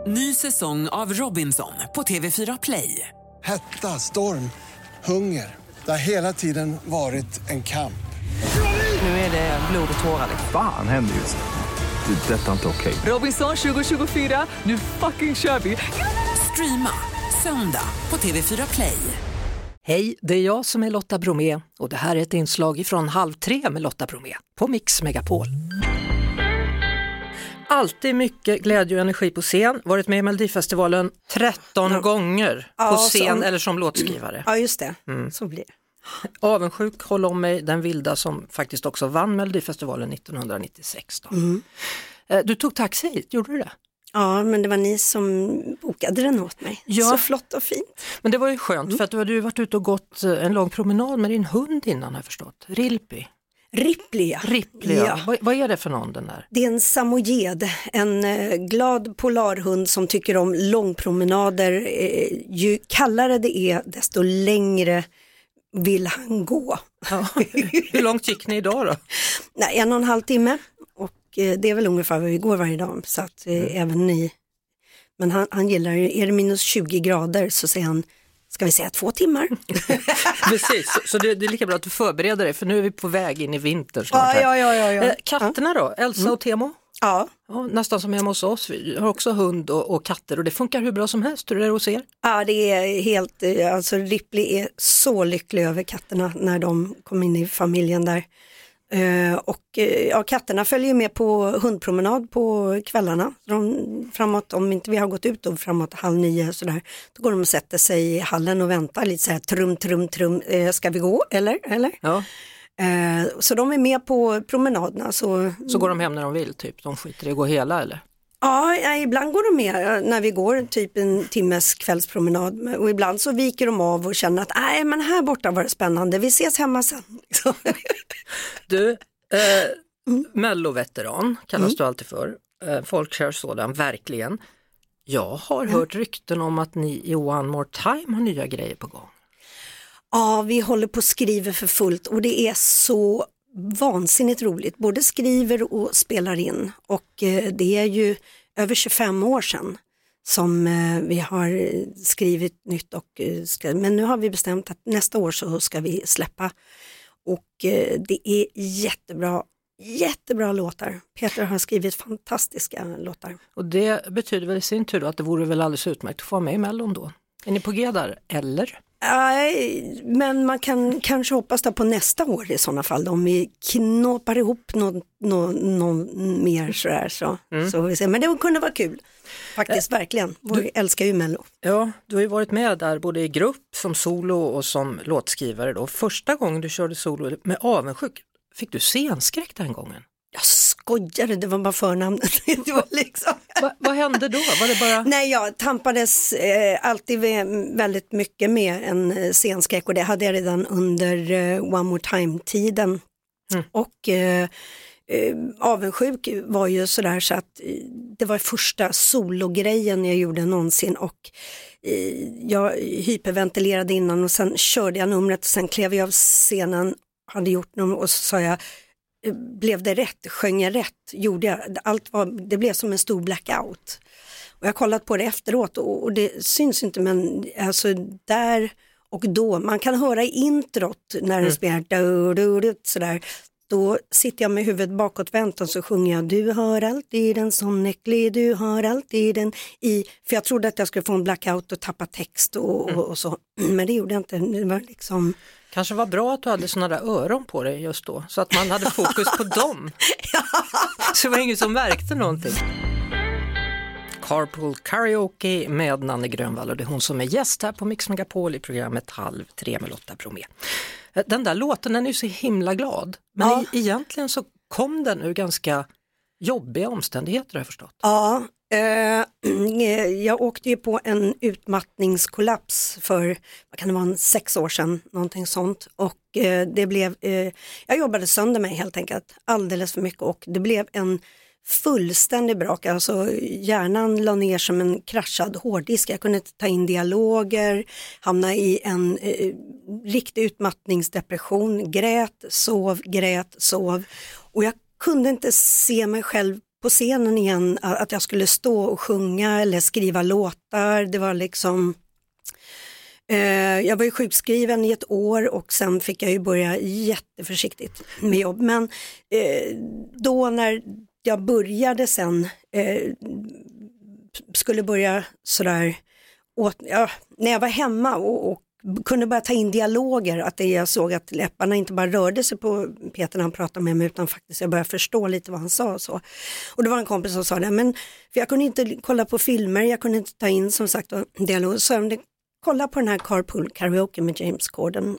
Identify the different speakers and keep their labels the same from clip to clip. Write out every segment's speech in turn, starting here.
Speaker 1: Ny säsong av Robinson på TV4 Play.
Speaker 2: Hetta, storm, hunger. Det har hela tiden varit en kamp.
Speaker 1: Nu är det blod och tårar.
Speaker 3: Fan händer just nu. Det. Detta är inte okej.
Speaker 1: Robinson 2024, nu fucking kör vi. Streama söndag på TV4 Play.
Speaker 4: Hej, det är jag som är Lotta Bromé och det här är ett inslag från 2:30 med Lotta Bromé på Mix Megapol. Alltid mycket glädje och energi på scen. Varit med i Melodifestivalen 13 gånger på scen eller som låtskrivare.
Speaker 5: Ja, just det. Så blir det.
Speaker 4: Avundsjuk håller om mig den vilda som faktiskt också vann Melodifestivalen 1996. Då. Du tog taxi hit, gjorde du det?
Speaker 5: Ja, men det var ni som bokade den åt mig.
Speaker 4: Ja.
Speaker 5: Så flott och fint.
Speaker 4: Men det var ju skönt för att du hade ju varit ute och gått en lång promenad med din hund innan, har jag förstått. Ripley.
Speaker 5: Ripley,
Speaker 4: Ja. Vad är det för någon den där?
Speaker 5: Det är en samojed, en glad polarhund som tycker om långpromenader. Ju kallare det är, desto längre vill han gå.
Speaker 4: Ja. Hur långt gick ni idag då?
Speaker 5: Nej, 1,5 timme. Och det är väl ungefär vad vi går varje dag. Så att även ni... Men han gillar ju, är det minus 20 grader så säger han, ska vi säga 2 timmar?
Speaker 4: Precis, så det är lika bra att du förbereder dig för nu är vi på väg in i vinter snart här.
Speaker 5: Ja.
Speaker 4: Katterna då, Elsa och Temo?
Speaker 5: Ja.
Speaker 4: Ja, nästan som hemma hos oss, vi har också hund och katter och det funkar hur bra som helst. Hur är det hos er?
Speaker 5: Ja, det är helt, alltså Ripley är så lycklig över katterna när de kom in i familjen där. Katterna följer med på hundpromenad på kvällarna. Framåt, om inte vi har gått ut då, framåt 8:30 sådär, då går de och sätter sig i hallen och väntar lite så här trum, ska vi gå eller?
Speaker 4: Ja.
Speaker 5: Så de är med på promenaderna.
Speaker 4: Så går de hem när de vill typ, de skiter i att gå hela eller?
Speaker 5: Ja, ibland går de med när vi går typ en timmes kvällspromenad och ibland så viker de av och känner att nej men här borta var det spännande, vi ses hemma sen.
Speaker 4: Du, Melloveteran kallas du alltid för, folkkär sådan, verkligen. Jag har hört rykten om att ni i One More Time har nya grejer på gång.
Speaker 5: Ja, vi håller på att skriva för fullt och det är så vansinnigt roligt. Både skriver och spelar in och det är ju över 25 år sedan som vi har skrivit nytt men nu har vi bestämt att nästa år så ska vi släppa och det är jättebra låtar. Peter har skrivit fantastiska låtar.
Speaker 4: Och det betyder väl i sin tur att det vore väl alldeles utmärkt att få med i Mellon då? Är ni på G där, eller?
Speaker 5: Nej, men man kan kanske hoppas på nästa år i sådana fall. Om vi knoppar ihop någon mer sådär så vi ser. Men det kunde vara kul. Faktiskt, verkligen. Vi älskar ju Mello.
Speaker 4: Ja, du har ju varit med där både i grupp, som solo och som låtskrivare då. Första gången du körde solo med Avundsjuk, fick du scenskräck den gången?
Speaker 5: Jag skojade, det var bara förnamnet. Det var liksom...
Speaker 4: Vad hände då? Var det bara...
Speaker 5: Nej, jag tampades alltid väldigt mycket med en scenskräck och det hade jag redan under One More Time-tiden. Och Avundsjuk var ju sådär så att det var första sologrejen jag gjorde någonsin och jag hyperventilerade innan och sen körde jag numret och sen klev jag av scenen, hade gjort nummer och så sa jag, blev det rätt? Sjöng jag rätt? Gjorde jag? Det blev som en stor blackout. Och jag har kollat på det efteråt och det syns inte men alltså där och då, man kan höra i introt när det spelar sådär, då sitter jag med huvudet bakåtvänt och så sjunger jag du hör alltid en sån äcklig, du hör alltid en i, för jag trodde att jag skulle få en blackout och tappa text och så, men det gjorde jag inte, det var liksom...
Speaker 4: Kanske var bra att du hade såna där öron på dig just då, så att man hade fokus på dem. Så det var ingen som märkte någonting. Carpool Karaoke med Nanne Grönvall och det är hon som är gäst här på Mix Megapol i programmet 2:30 med Lotta Bromé. Den där låten, den är ju så himla glad, men egentligen så kom den ur ganska jobbiga omständigheter har jag förstått.
Speaker 5: Ja, jag åkte ju på en utmattningskollaps för, vad kan det vara, 6 år sedan, någonting sånt. Och det blev, jag jobbade sönder mig helt enkelt, alldeles för mycket och det blev en fullständig brak, alltså hjärnan la ner som en kraschad hårddisk. Jag kunde inte ta in dialoger, hamna i en riktig utmattningsdepression, grät, sov och jag kunde inte se mig själv på scenen igen, att jag skulle stå och sjunga eller skriva låtar. Det var liksom, jag var ju sjukskriven i ett år och sen fick jag ju börja jätteförsiktigt med jobb. Men då när jag började sen, skulle börja sådär, när jag var hemma och kunde börja ta in dialoger, att jag såg att läpparna inte bara rörde sig på Peter när han pratade med mig, utan faktiskt jag började förstå lite vad han sa och så. Och det var en kompis som sa det, men för jag kunde inte kolla på filmer, jag kunde inte ta in som sagt dialoger, så jag kolla på den här Carpool Karaoke med James Corden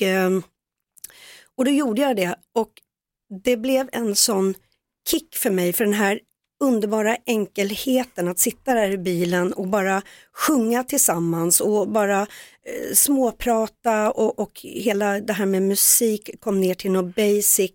Speaker 5: och då gjorde jag det, och det blev en sån kick för mig, för den här underbara enkelheten att sitta där i bilen och bara sjunga tillsammans och bara småprata och hela det här med musik kom ner till något basic,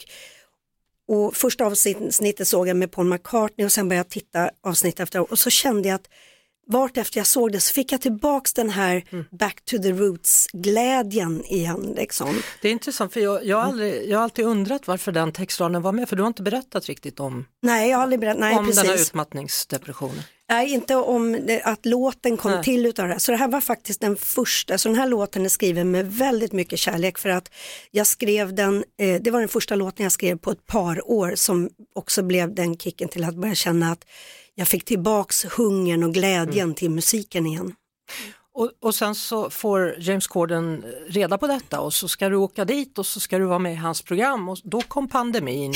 Speaker 5: och första avsnittet såg jag med Paul McCartney och sen började jag titta avsnitt efter, och så kände jag att vart efter jag såg det så fick jag tillbaks den här back to the roots glädjen igen liksom.
Speaker 4: Det är intressant, för jag har alltid undrat varför den textraden var med, för du har inte berättat riktigt om.
Speaker 5: Nej, jag har aldrig berättat.
Speaker 4: Om den här utmattningsdepressionen.
Speaker 5: Nej, inte om att låten kom till utav det här. Så det här var faktiskt den första, så den här låten är skriven med väldigt mycket kärlek, för att jag skrev den, det var den första låten jag skrev på ett par år, som också blev den kicken till att börja känna att jag fick tillbaks hungern och glädjen till musiken igen.
Speaker 4: Och sen så får James Corden reda på detta, och så ska du åka dit och så ska du vara med i hans program, och då kom pandemin.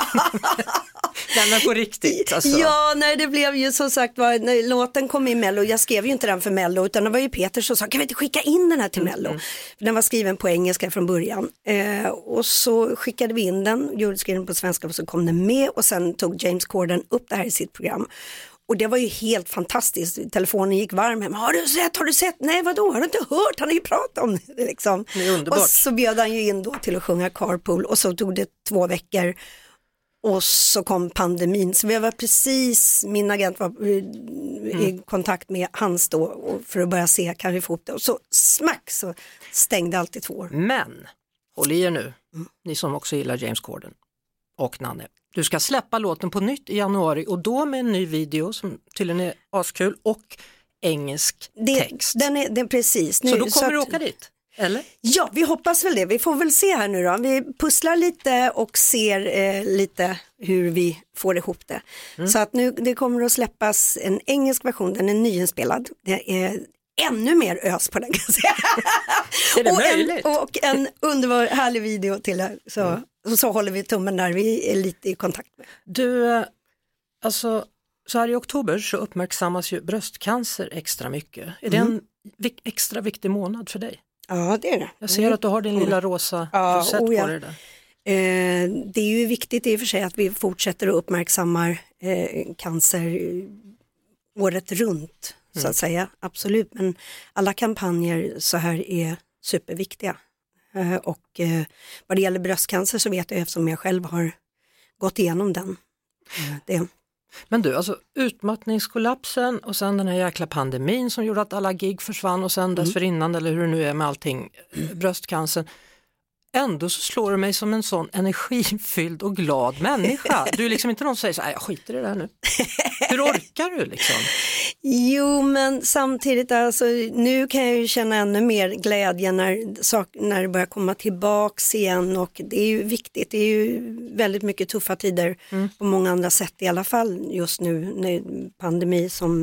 Speaker 4: Nej, men på riktigt alltså.
Speaker 5: Ja, nej, det blev ju som sagt, när låten kom i Mello, jag skrev ju inte den för Mello, utan det var ju Peter som sa, kan vi inte skicka in den här till Mello? För den var skriven på engelska från början, och så skickade vi in den, gjorde skriven på svenska, och så kom den med, och sen tog James Corden upp det här i sitt program. Och det var ju helt fantastiskt. Telefonen gick varm hem. Har du sett? Nej, vadå? Har du inte hört? Han har ju pratat om det liksom.
Speaker 4: Det är underbart.
Speaker 5: Och så bjöd han ju in då till att sjunga Carpool, och så tog det 2 veckor. Och så kom pandemin. Så vi var precis, min agent var i kontakt med hans då för att börja se, kan vi få upp det? Och så smack så stängde allt i 2 år.
Speaker 4: Men, håll i er nu, ni som också gillar James Corden och Nanne. Du ska släppa låten på nytt i januari, och då med en ny video som tydligen är askul och engelsk text.
Speaker 5: Den precis. Nu,
Speaker 4: så då kommer du åka dit, eller? Ja,
Speaker 5: vi hoppas väl det. Vi får väl se här nu då. Vi pusslar lite och ser lite hur vi får ihop det. Så att nu det kommer att släppas en engelsk version, den är nyinspelad. Det är ännu mer ös på den, kan jag säga.
Speaker 4: Är det möjligt?
Speaker 5: Och en underbar härlig video till det. Så håller vi tummen där, vi är lite i kontakt med.
Speaker 4: Du, alltså så här i oktober så uppmärksammas ju bröstcancer extra mycket. Är det en extra viktig månad för dig?
Speaker 5: Ja, det är det.
Speaker 4: Jag ser att du har din lilla rosa rosett på dig där.
Speaker 5: Det är ju viktigt i och för sig att vi fortsätter att uppmärksamma cancer året runt, så att säga. Absolut, men alla kampanjer så här är superviktiga. Och vad det gäller bröstcancer så vet jag, eftersom jag själv har gått igenom den.
Speaker 4: Men du, alltså utmattningskollapsen och sen den här jäkla pandemin som gjorde att alla gig försvann, och sen dessförinnan, eller hur det nu är med allting, bröstcancern. Ändå så slår det mig som en sån energifylld och glad människa. Du är liksom inte någon som säger så här, jag skiter i det här nu. Hur orkar du liksom?
Speaker 5: Jo, men samtidigt alltså, nu kan jag ju känna ännu mer glädje när det börjar komma tillbaks igen, och det är ju viktigt. Det är ju väldigt mycket tuffa tider på många andra sätt i alla fall just nu, när pandemi som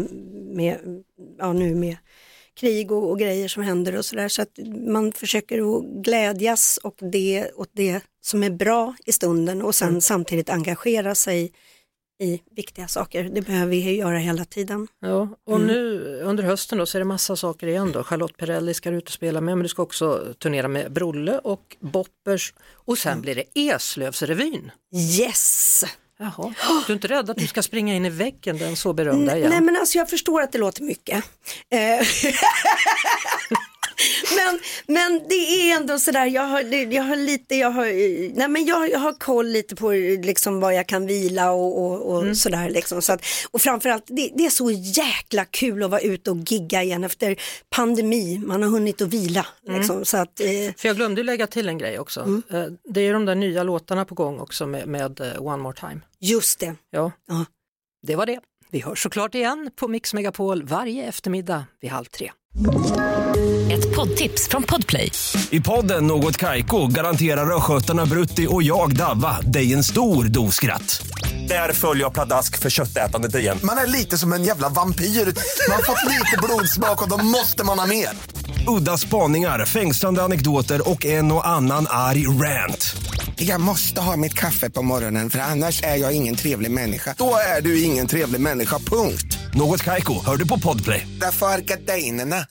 Speaker 5: nu med krig och grejer som händer och sådär, så att man försöker att glädjas och det som är bra i stunden, och sen samtidigt engagera sig i viktiga saker. Det behöver vi göra hela tiden. Ja,
Speaker 4: och nu under hösten då så är det massa saker igen då. Charlotte Perrelli ska ut och spela med, men du ska också turnera med Brolle och Boppers, och sen blir det Eslövsrevyn.
Speaker 5: Yes!
Speaker 4: Jaha, du är inte rädd att du ska springa in i väggen, den så berömda igen?
Speaker 5: Nej, men alltså jag förstår att det låter mycket. Men det är ändå sådär, jag har koll lite på liksom vad jag kan vila och sådär liksom. Så att, och framförallt, det är så jäkla kul att vara ute och gigga igen efter pandemi. Man har hunnit att vila liksom, så att,
Speaker 4: För jag glömde lägga till en grej också. Det är de där nya låtarna på gång också med One More Time.
Speaker 5: Just det.
Speaker 4: Ja, det var det. Vi hörs såklart igen på Mix Megapol varje eftermiddag vid 14:30.
Speaker 6: Ett poddtips från Podplay.
Speaker 7: I podden Något Kaiko garanterar östgötarna Brutti och jag Davva dig en stor doskratt. Där följer jag pladask för köttätandet igen.
Speaker 8: Man är lite som en jävla vampyr. Man har fått lite blodsmak och då måste man ha mer.
Speaker 7: Udda spaningar, fängslande anekdoter och en och annan arg rant.
Speaker 8: Jag måste ha mitt kaffe på morgonen för annars är jag ingen trevlig människa. Då är du ingen trevlig människa, punkt.
Speaker 7: Något Kaiko, hör du på Podplay.
Speaker 8: Därför är gardinerna.